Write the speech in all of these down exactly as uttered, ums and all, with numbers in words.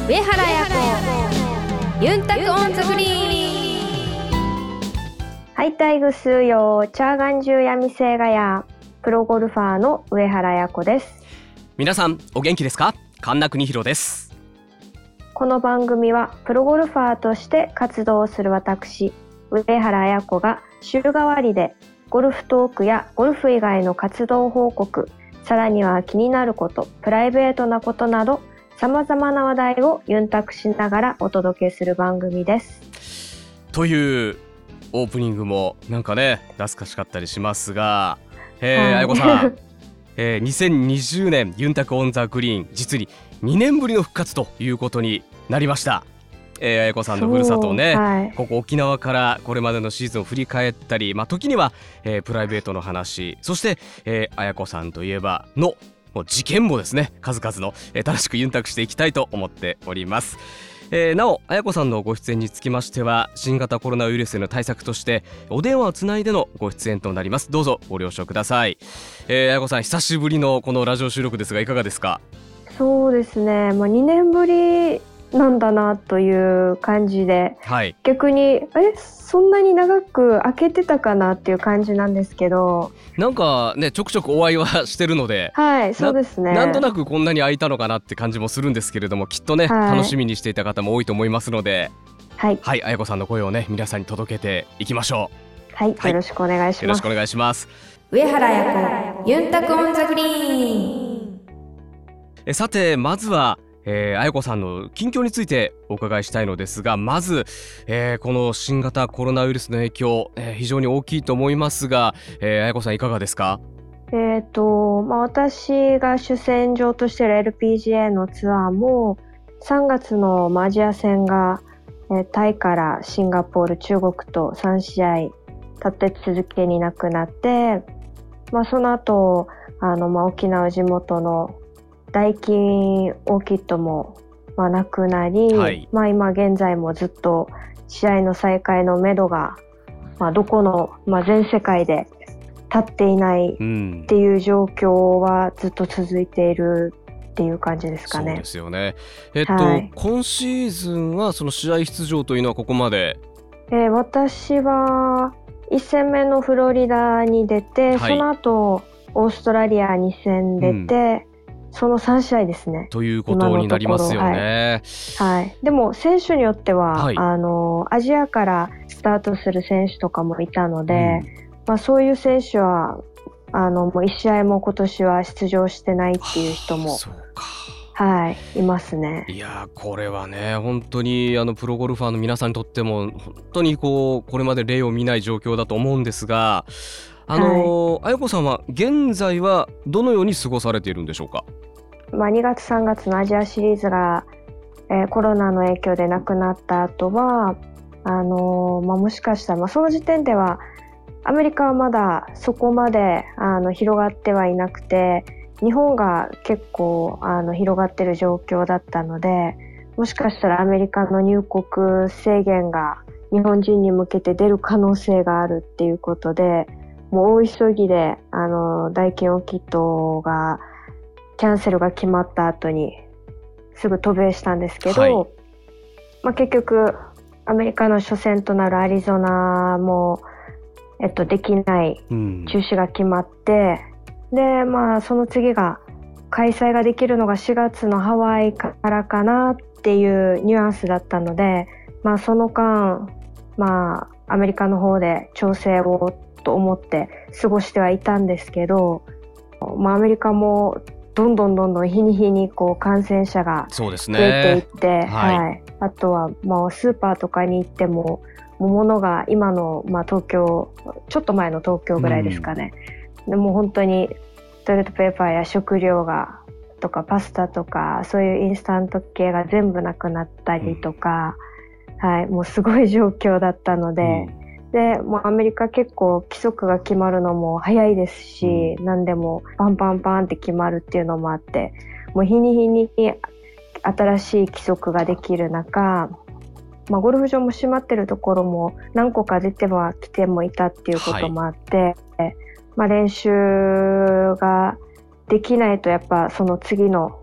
上原彩子ユンタクオンザグリーン。 ハイタイグスーヨーチャーガンジュヤミセイガヤプロゴルファーの上原彩子です。 皆さんお元気ですか？神田邦弘です。 この番組はプロゴルファーとして活動する私上原彩子が週替わりでゴルフトークやゴルフ以外の活動報告、さらには気になること、プライベートなことなどさまざまな話題をユンタクしながらお届けする番組です。 というオープニングもなんかね懐かしかったりしますが、えー、彩子さん、えー、にせんにじゅうねんユンタクオンザグリーン実ににねんぶりの復活ということになりました。えー、彩子さんのふるさとをね、はい、ここ沖縄からこれまでのシーズンを振り返ったり、まあ、時には、えー、プライベートの話、そして、えー、彩子さんといえばのもう事件もですね数々の、えー、楽しくユンタクしていきたいと思っております。えー、なお彩子さんのご出演につきましては新型コロナウイルスへの対策としてお電話をつないでのご出演となります。どうぞご了承ください。えー、彩子さん久しぶりのこのラジオ収録ですがいかがですか？ そうですね、まあ、にねんぶりなんだなという感じで、はい、逆にえそんなに長く空けてたかなっていう感じなんですけど、 なんかねちょくちょくお会いはしてるので、 はいそうですね、 な, なんとなくこんなに空いたのかなって感じもするんですけれども、きっとね、はい、楽しみにしていた方も多いと思いますので、はい、はい、彩子さんの声をね皆さんに届けていきましょう。はい、はい、よろしくお願いします。 よろしくお願いします。 上原彩子ユンタクオンザグリーン。 えさてまずはえー、彩子さんの近況についてお伺いしたいのですが、まず、えー、この新型コロナウイルスの影響、えー、非常に大きいと思いますが、えー、彩子さんいかがですか？ えーとまあ、私が主戦場としている エルピージーエー のツアーもさんがつのアジア戦が、えー、タイからシンガポール、中国とさん試合立て続けになくなって、まあ、その後あの、まあ、沖縄地元のダイキンオーキッドも、まあ、なくなり、はい、まあ、今現在もずっと試合の再開のめどが、まあ、どこの、まあ、全世界で立っていないっていう状況はずっと続いているっていう感じですかね。 そうですよね。えっと、はい、今シーズンはその試合出場というのはここまで、 えー、私はいち戦目のフロリダに出て、はい、その後オーストラリアに戦出て、うんそのさん試合ですね。 ということになりますよね。 はいはい、でも選手によっては、はい、あのアジアからスタートする選手とかもいたので、うんまあ、そういう選手はあのもういち試合も今年は出場してないっていう人も、 そうかはい、いますね。 いやこれはね本当にあのプロゴルファーの皆さんにとっても本当にこうこれまで例を見ない状況だと思うんですが、あの彩子さんは現在はどのように過ごされているんでしょうか？ まあ、にがつさんがつのアジアシリーズが、えー、コロナの影響でなくなった後はあのーまあ、もしかしたら、まあ、その時点ではアメリカはまだそこまであの広がってはいなくて、日本が結構あの広がってる状況だったので、もしかしたらアメリカの入国制限が日本人に向けて出る可能性があるっていうことで、もう大急ぎであのダイキンオーキッドがキャンセルが決まった後にすぐ渡米したんですけど、はいまあ、結局アメリカの初戦となるアリゾナも、えっと、できない中止が決まって、うん、でまあその次が開催ができるのがしがつのハワイからかなっていうニュアンスだったので、まあ、その間、まあ、アメリカの方で調整をと思って過ごしてはいたんですけど、まあ、アメリカもどんどんどんどん日に日にこう感染者が増えていって、ねはいはい、あとはまあスーパーとかに行っても物が今のまあ東京ちょっと前の東京ぐらいですかね、うん、でも本当にトイレットペーパーや食料がとかパスタとかそういうインスタント系が全部なくなったりとか、うんはい、もうすごい状況だったので、うんでもうアメリカ結構規則が決まるのも早いですし、うん、何でもパンパンパンって決まるっていうのもあって、もう日に日に新しい規則ができる中、まあ、ゴルフ場も閉まってるところも何個か出ては来てもいたっていうこともあって、はいまあ、練習ができないとやっぱその次の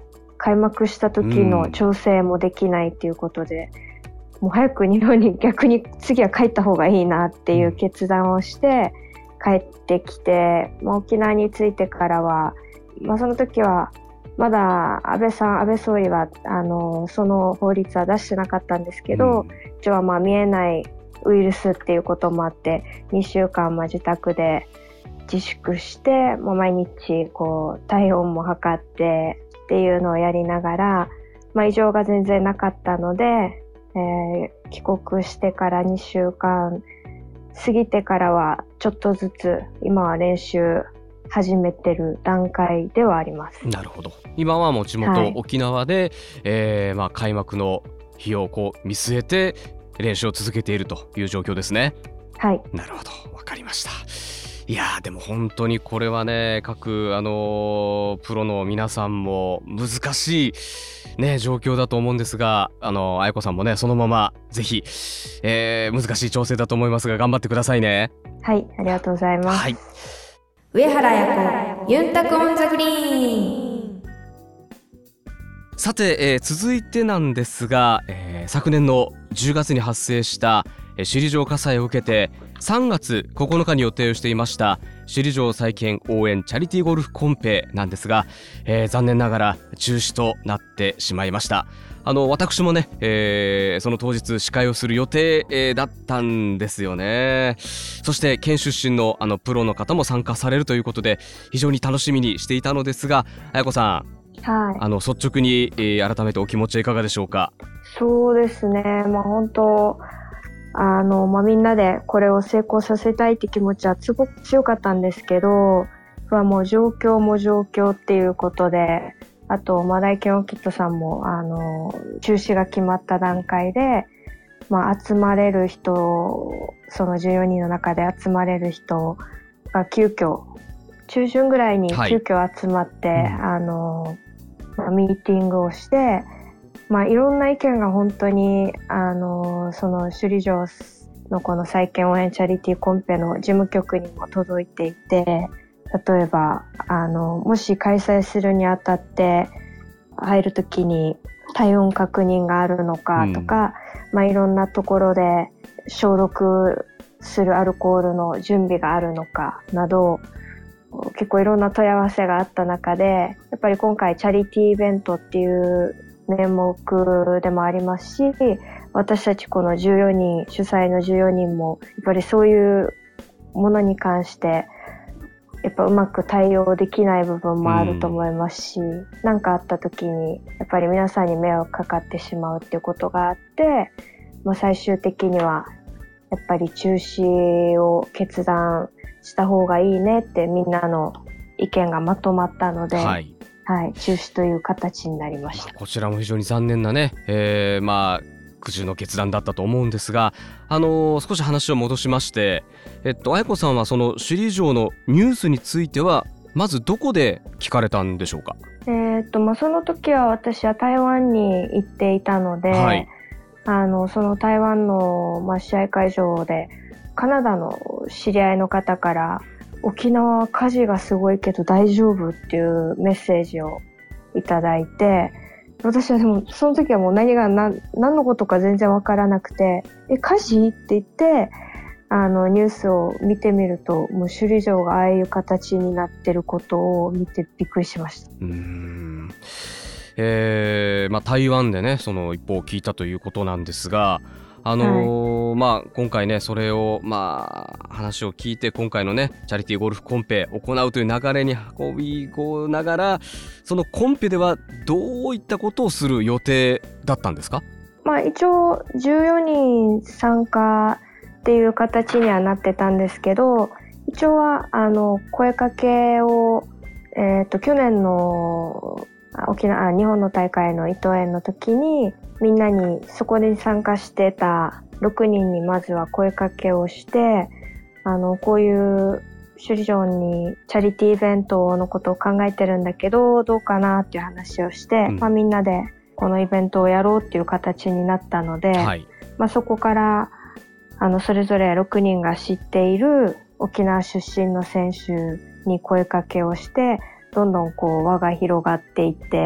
開幕した時の調整もできないっていうことで、うん、もう早く日本に逆に次は帰った方がいいなっていう決断をして帰ってきて、まあ、沖縄に着いてからは、まあ、その時はまだ安倍さん安倍総理はあのその法律は出してなかったんですけど、うん、一応はまあ見えないウイルスっていうこともあってにしゅうかんまあ自宅で自粛して、もう毎日こう体温も測ってっていうのをやりながら、まあ、異常が全然なかったので、えー、帰国してからにしゅうかん過ぎてからはちょっとずつ今は練習始めてる段階ではあります。 なるほど。今はもう地元、はい、沖縄で、えーまあ、開幕の日をこう見据えて練習を続けているという状況ですね。 はい。 なるほど、わかりました。いやでも本当にこれはね、各あのプロの皆さんも難しいね状況だと思うんですが、あのあやこさんもねそのままぜひ、えー、難しい調整だと思いますが頑張ってくださいね。 はい、ありがとうございます。 はい、 上原彩子ユンタクオンザグリーン。 さて、えー、続いてなんですが、えー、昨年のじゅうがつに発生した首里城火災を受けてさんがつここのかに予定をしていました首里城再建応援チャリティーゴルフコンペなんですが、えー、残念ながら中止となってしまいました。あの私もね、えー、その当日司会をする予定、えー、だったんですよね。そして県出身のあのプロの方も参加されるということで非常に楽しみにしていたのですが、彩子さん、 はい、 あの率直に、えー、改めてお気持ちはいかがでしょうか。 そうですね、まあ、本当あの、まあ、みんなでこれを成功させたいって気持ちはすごく強かったんですけど、はもう状況も状況っていうことで、あと、まあ、大研オーキッドさんもあの中止が決まった段階で、まあ、集まれる人、そのじゅうよにんの中で集まれる人が急遽中旬ぐらいに急遽集まって、はい、あのまあ、ミーティングをして、まあ、いろんな意見が本当にあのその首里城のこの再建応援チャリティーコンペの事務局にも届いていて、例えばあのもし開催するにあたって入るときに体温確認があるのかとか、うん、まあ、いろんなところで消毒するアルコールの準備があるのかなど、結構いろんな問い合わせがあった中で、やっぱり今回チャリティーイベントっていう名目でもありますし、私たちこのじゅうよにん、主催のじゅうよにんもやっぱりそういうものに関してやっぱうまく対応できない部分もあると思いますし、何、うん、かあった時にやっぱり皆さんに迷惑かかってしまうっていうことがあって、まあ、最終的にはやっぱり中止を決断した方がいいねってみんなの意見がまとまったので、はいはい、中止という形になりました。 こちらも非常に残念なね、えー、まあ苦渋の決断だったと思うんですが、あのー、少し話を戻しまして、えっと、彩子さんはその首里城のニュースについてはまずどこで聞かれたんでしょうか。 えーっとまあ、その時は私は台湾に行っていたので、はい、あのその台湾の、まあ、試合会場でカナダの知り合いの方から沖縄は火事がすごいけど大丈夫っていうメッセージをいただいて、私はでもその時はもう何が何、何のことか全然わからなくて、え、火事って言ってあのニュースを見てみると、もう首里城がああいう形になってることを見てびっくりしました。 うーん、えーまあ、台湾でねその一報を聞いたということなんですが、あのーはい、まあ、今回ねそれを、まあ、話を聞いて今回のねチャリティーゴルフコンペ行うという流れに運びこながら、そのコンペではどういったことをする予定だったんですか。 まあ、一応じゅうよにん参加っていう形にはなってたんですけど、一応はあの声かけを、えーと、去年の沖縄日本の大会の伊藤園の時にみんなにそこに参加してたろくにんにまずは声かけをして、あのこういう首里城にチャリティーイベントのことを考えてるんだけどどうかなっていう話をして、うん、まあ、みんなでこのイベントをやろうっていう形になったので、はい、まあ、そこからあのそれぞれろくにんが知っている沖縄出身の選手に声かけをして、どんどんこう輪が広がっていって、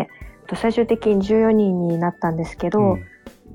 最終的にじゅうよにんになったんですけど、うん、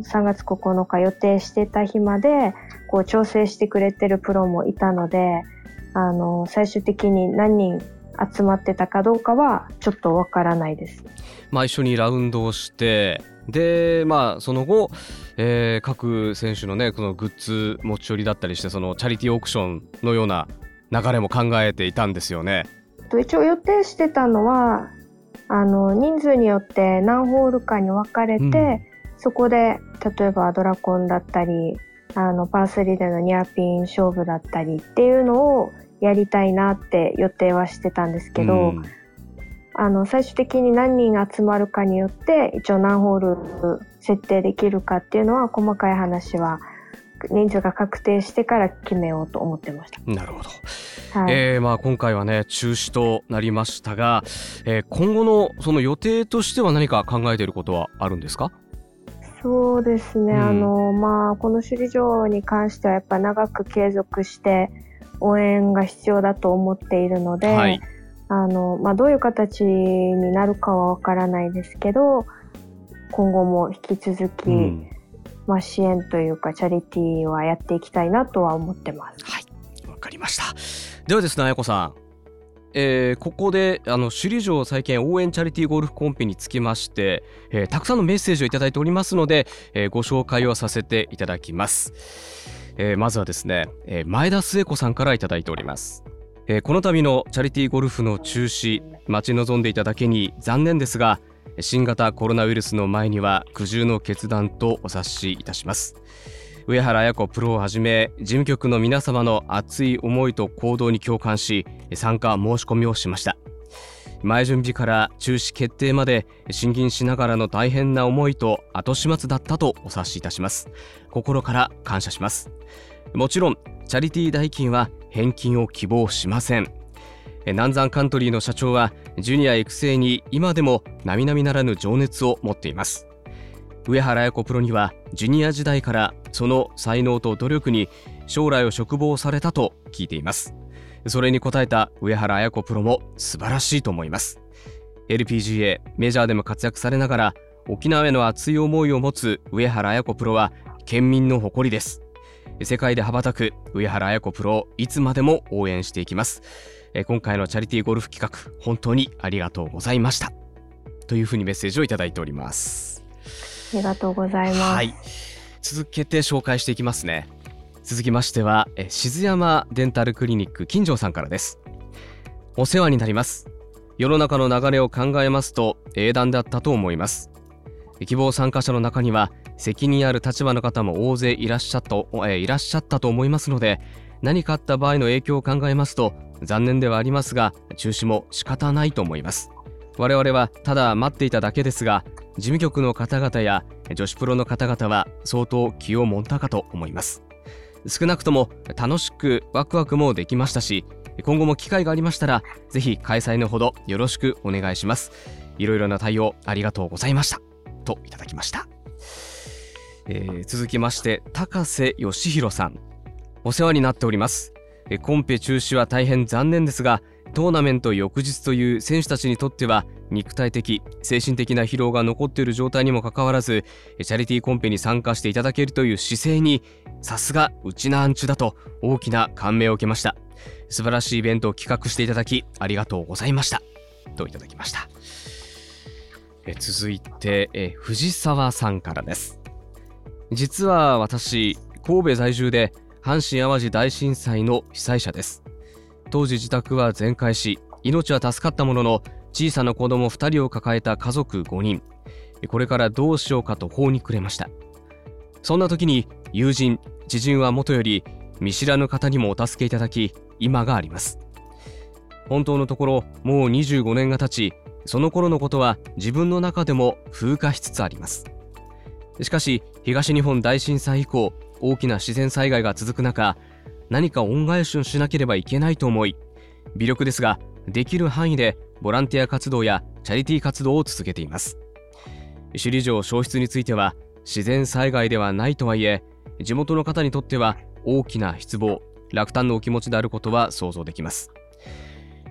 さんがつここのか予定してた日までこう調整してくれてるプロもいたので、あの最終的に何人集まってたかどうかはちょっとわからないです。 まあ、一緒にラウンドをしてで、まあ、その後、えー、各選手のねこのグッズ持ち寄りだったりしてそのチャリティーオークションのような流れも考えていたんですよね。 一応予定してたのはあの人数によって何ホールかに分かれて、うん、そこで例えばドラコンだったりあのパースリーでのニアピン勝負だったりっていうのをやりたいなって予定はしてたんですけど、うん、あの最終的に何人集まるかによって一応何ホール設定できるかっていうのは細かい話は人数が確定してから決めようと思ってました。 なるほど、はいえーまあ、今回はね中止となりましたが、えー、今後のその予定としては何か考えていることはあるんですか？ そうですね、うん、あのまあ、この首里城に関してはやっぱ長く継続して応援が必要だと思っているので、はいあのまあ、どういう形になるかはわからないですけど今後も引き続き、うんまあ、支援というかチャリティーはやっていきたいなとは思ってます。 はい、わかりました。ではですね、あやこさん、えー、ここであの首里城再建応援チャリティーゴルフコンペにつきまして、えー、たくさんのメッセージをいただいておりますので、えー、ご紹介をさせていただきます。えー、まずはですね、えー、前田末子さんからいただいております。えー、この度のチャリティーゴルフの中止待ち望んでいただけに残念ですが、新型コロナウイルスの前には苦渋の決断とお察しいたします。上原綾子プロをはじめ事務局の皆様の熱い思いと行動に共感し参加申し込みをしました。前準備から中止決定まで審議しながらの大変な思いと後始末だったとお察しいたします。心から感謝します。もちろんチャリティー代金は返金を希望しません。南山カントリーの社長はジュニア育成に今でも並々ならぬ情熱を持っています。上原綾子プロにはジュニア時代からその才能と努力に将来を嘱望されたと聞いています。それに応えた上原綾子プロも素晴らしいと思います。 エルピージーエー メジャーでも活躍されながら沖縄への熱い思いを持つ上原綾子プロは県民の誇りです。世界で羽ばたく上原綾子プロをいつまでも応援していきます。今回のチャリティーゴルフ企画本当にありがとうございましたというふうにメッセージをいただいております。 ありがとうございます、はい、 続けて紹介していきますね。続きましては静山デンタルクリニック金城さんからです。お世話になります。世の中の流れを考えますと英断だったと思います。希望参加者の中には責任ある立場の方も大勢いらっしゃった、えいらっしゃったと思いますので、何かあった場合の影響を考えますと残念ではありますが中止も仕方ないと思います。我々はただ待っていただけですが事務局の方々や女子プロの方々は相当気をもんだかと思います。少なくとも楽しくワクワクもできましたし、今後も機会がありましたらぜひ開催のほどよろしくお願いします。いろいろな対応ありがとうございましたといただきました。えー、続きまして高瀬義弘さん、お世話になっております。コンペ中止は大変残念ですがトーナメント翌日という選手たちにとっては肉体的精神的な疲労が残っている状態にもかかわらずチャリティーコンペに参加していただけるという姿勢にさすがうちなアンチュだと大きな感銘を受けました。素晴らしいイベントを企画していただきありがとうございましたといただきました。え続いてえ藤沢さんからです。実は私神戸在住で阪神淡路大震災の被災者です。当時自宅は全壊し命は助かったものの小さな子供ふたりを抱えた家族ごにん、これからどうしようかと法に暮れました。そんな時に友人知人はもとより見知らぬ方にもお助けいただき今があります。本当のところもうにじゅうごねんが経ちその頃のことは自分の中でも風化しつつあります。しかし東日本大震災以降大きな自然災害が続く中何か恩返しをしなければいけないと思い微力ですができる範囲でボランティア活動やチャリティー活動を続けています。首里城消失については自然災害ではないとはいえ地元の方にとっては大きな失望落胆のお気持ちであることは想像できます。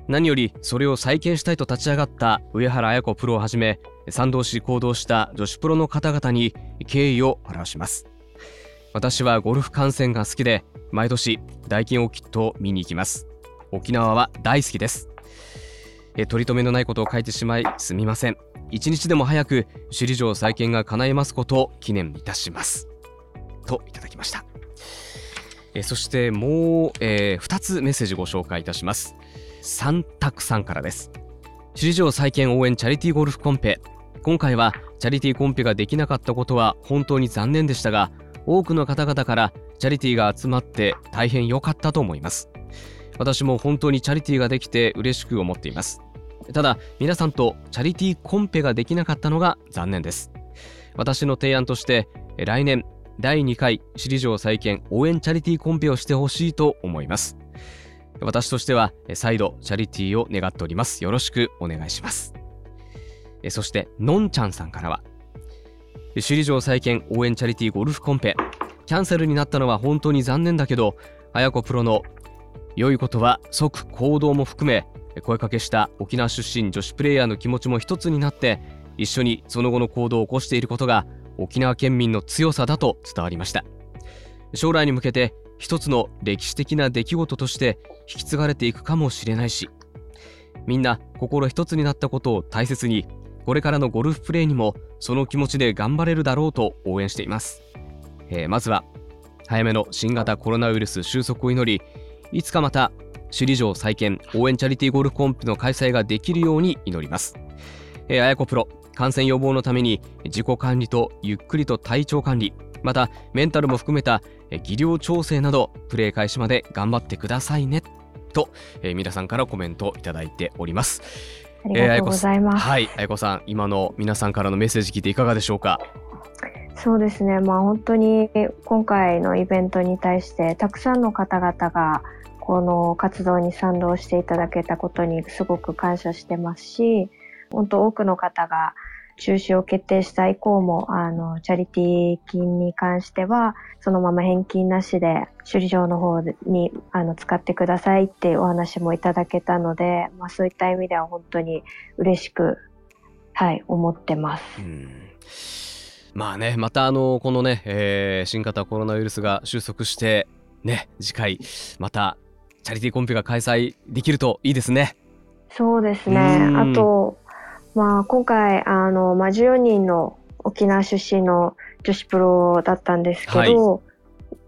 何よりそれを再建したいと立ち上がった上原綾子プロをはじめ、賛同し行動した女子プロの方々に敬意を表します。私はゴルフ観戦が好きで、毎年ダイキンオーキッドを見に行きます。沖縄は大好きです。え取り留めのないことを書いてしまいすみません。一日でも早く首里城再建が叶えますことを記念いたします、といただきました。えそしてもう、えー、ふたつメッセージご紹介いたします。三択さんからです。首里城再建応援チャリティーゴルフコンペ、今回はチャリティーコンペができなかったことは本当に残念でしたが、多くの方々からチャリティーが集まって大変良かったと思います。私も本当にチャリティーができて嬉しく思っています。ただ皆さんとチャリティーコンペができなかったのが残念です。私の提案として来年だいにかい首里城再建応援チャリティーコンペをしてほしいと思います。私としては再度チャリティーを願っております。よろしくお願いします。そしてのんちゃんさんからは、首里城再建応援チャリティーゴルフコンペ、キャンセルになったのは本当に残念だけど、綾子プロの良いことは即行動も含め、声かけした沖縄出身女子プレイヤーの気持ちも一つになって一緒にその後の行動を起こしていることが沖縄県民の強さだと伝わりました。将来に向けて一つの歴史的な出来事として引き継がれていくかもしれないし、みんな心一つになったことを大切に、これからのゴルフプレーにもその気持ちで頑張れるだろうと応援しています。えー、まずは早めの新型コロナウイルス収束を祈り、いつかまた首里城再建応援チャリティーゴルフコンペの開催ができるように祈ります。えー、綾子プロ、感染予防のために自己管理とゆっくりと体調管理、またメンタルも含めた技量調整などプレー開始まで頑張ってくださいねと、えー、皆さんからコメントをいただいております。 ありがとうございます。 えー、はい、綾子さん、今の皆さんからのメッセージ聞いていかがでしょうか。 そうですね、まあ、本当に今回のイベントに対してたくさんの方々がこの活動に賛同していただけたことにすごく感謝してますし、本当多くの方が中止を決定した以降もあのチャリティー金に関してはそのまま返金なしで首里城の方にあの使ってくださいっていうお話もいただけたので、まあ、そういった意味では本当に嬉しく、はい、思ってます。うん、 まあね、またあのこのね、えー、新型コロナウイルスが収束してね、次回またチャリティーコンペが開催できるといいですね。 そうですね。あとまあ、今回あの、まあ、じゅうよにんの沖縄出身の女子プロだったんですけど、はい、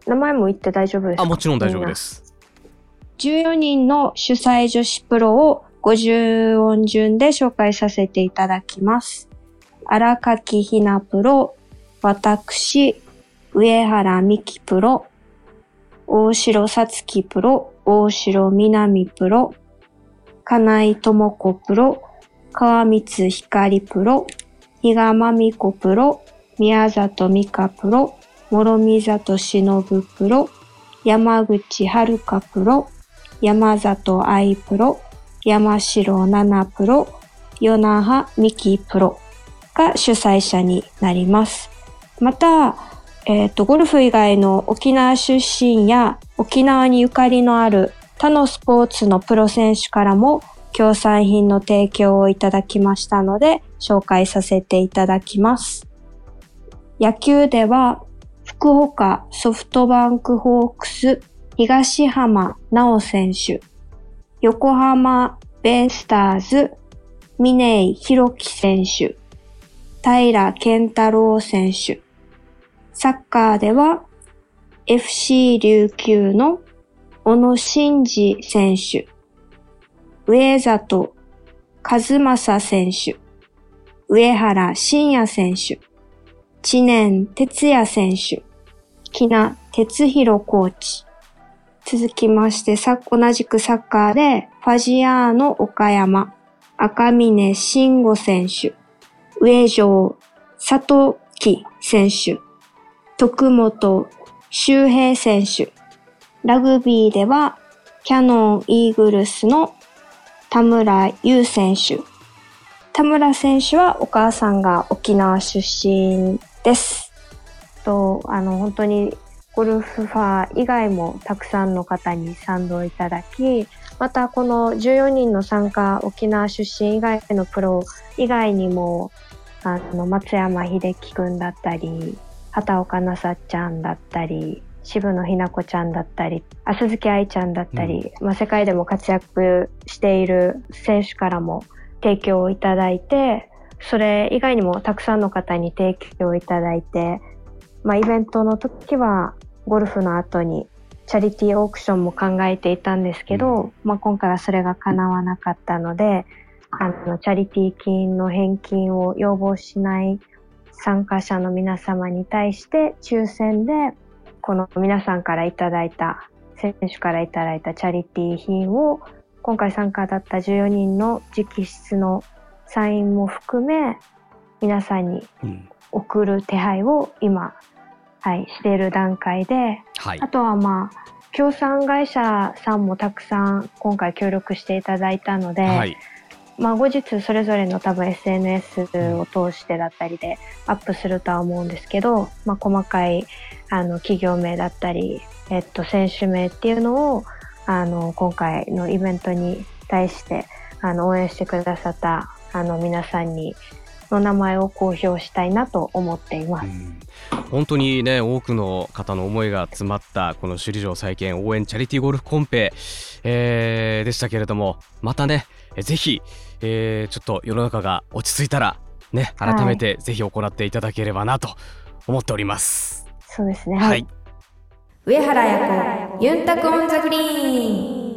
名前も言って大丈夫ですか？ あ、もちろん大丈夫です。 じゅうよにんの主催女子プロをごじゅう音順で紹介させていただきます。荒垣ひなプロ、私、上原美希プロ、大城さつきプロ、大城みなみプロ、金井智子プロ、川光光プロ、比嘉真美子プロ、宮里美香プロ、諸見里忍プロ、山口遥プロ、山里愛プロ、山城奈々プロ、与那覇美希プロが主催者になります。また、えっと、ゴルフ以外の沖縄出身や沖縄にゆかりのある他のスポーツのプロ選手からも協賛品の提供をいただきましたので紹介させていただきます。野球では福岡ソフトバンクホークス東浜直選手、横浜ベイスターズ峰井宏樹選手、平健太郎選手、サッカーでは エフシー 琉球の小野伸二選手、上里和正選手、上原晋也選手、知念哲也選手、木名哲弘コーチ。続きまして、同じくサッカーでファジアーノ岡山、赤嶺慎吾選手、上条里樹選手、徳本周平選手。ラグビーではキャノンイーグルスの田村優選手。田村選手はお母さんが沖縄出身です。と、あの、本当にゴルフファー以外もたくさんの方に賛同いただき、 またこのじゅうよにんの参加、沖縄出身以外のプロ以外にも、あの松山英樹くんだったり、畑岡奈紗ちゃんだったり、渋野日向子ちゃんだったり、あ鈴木愛ちゃんだったり、うん、まあ、世界でも活躍している選手からも提供をいただいて、それ以外にもたくさんの方に提供いただいて、まあ、イベントの時はゴルフの後にチャリティーオークションも考えていたんですけど、うん、まあ、今回はそれが叶わなかったので、あのチャリティー金の返金を要望しない参加者の皆様に対して抽選でこの皆さんからいただいた、選手からいただいたチャリティー品を今回参加だったじゅうよにんの直筆のサインも含め皆さんに送る手配を今、はい、している段階で、はい、あとはまあ協賛会社さんもたくさん今回協力していただいたので、はい、まあ、後日それぞれの多分 エスエヌエス を通してだったりでアップするとは思うんですけど、まあ、細かいあの企業名だったり、えっと、選手名っていうのをあの今回のイベントに対してあの応援してくださったあの皆さんにの名前を公表したいなと思っています。うん、 本当にね、多くの方の思いが詰まったこの首里城再建応援チャリティーゴルフコンペ、えー、でしたけれども、またねぜひ、えー、ちょっと世の中が落ち着いたらね、改めてぜひ行っていただければなと思っております。 はい、そうですね、 はい、 上原彩子ユンタクオンザグリーン。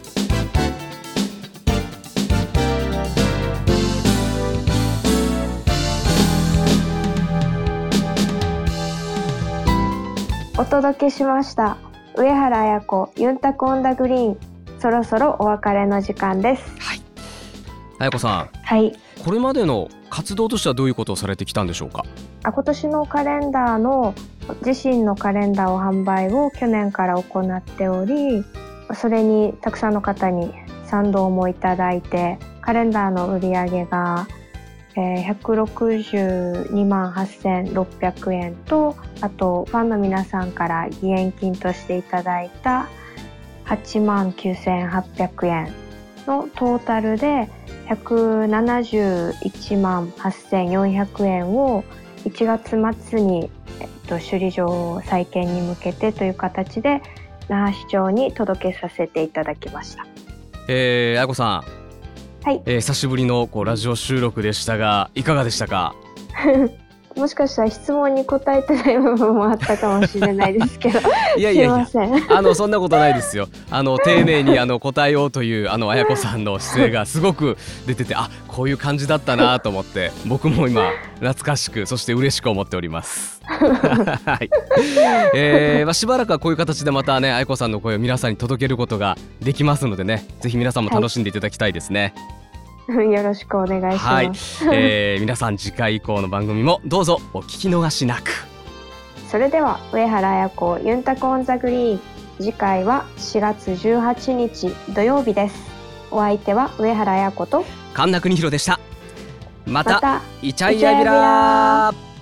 お届けしました上原彩子ユンタクオンダグリーン。そろそろお別れの時間です。 はい、彩子さん、 はい、 これまでの活動としてはどういうことをされてきたんでしょうか？ あ今年のカレンダーの自身のカレンダーを販売を去年から行っており、それにたくさんの方に賛同もいただいて、カレンダーの売り上げがひゃくろくじゅうにまんはっせんろっぴゃくえんと、あとファンの皆さんから義援金としていただいたはちまんきゅうせんはっぴゃくえんのトータルでひゃくななじゅういちまんはっせんよんひゃくえんをいちがつ末に、えっと、首里城再建に向けてという形で那覇市長に届けさせていただきました。 えー、彩子さん、 はい、 えー、久しぶりのこうラジオ収録でしたがいかがでしたか？ もしかしたら質問に答えてない部分もあったかもしれないですけどいやいやいや、 すいません、 あのそんなことないですよ。あの丁寧にあの答えようというあの彩子さんの姿勢がすごく出てて、あこういう感じだったなと思って僕も今懐かしくそして嬉しく思っております。はい、えーまあ、しばらくはこういう形でまたね彩子さんの声を皆さんに届けることができますのでね、ぜひ皆さんも楽しんでいただきたいですね。 はい、よろしくお願いします。 はい、えー、皆さん次回以降の番組もどうぞお聞き逃しなく。 それでは上原彩子ユンタクオンザグリーン、次回はしがつじゅうはちにち土曜日です。お相手は上原彩子と神田邦弘でした。また、 またイチャイヤビラー。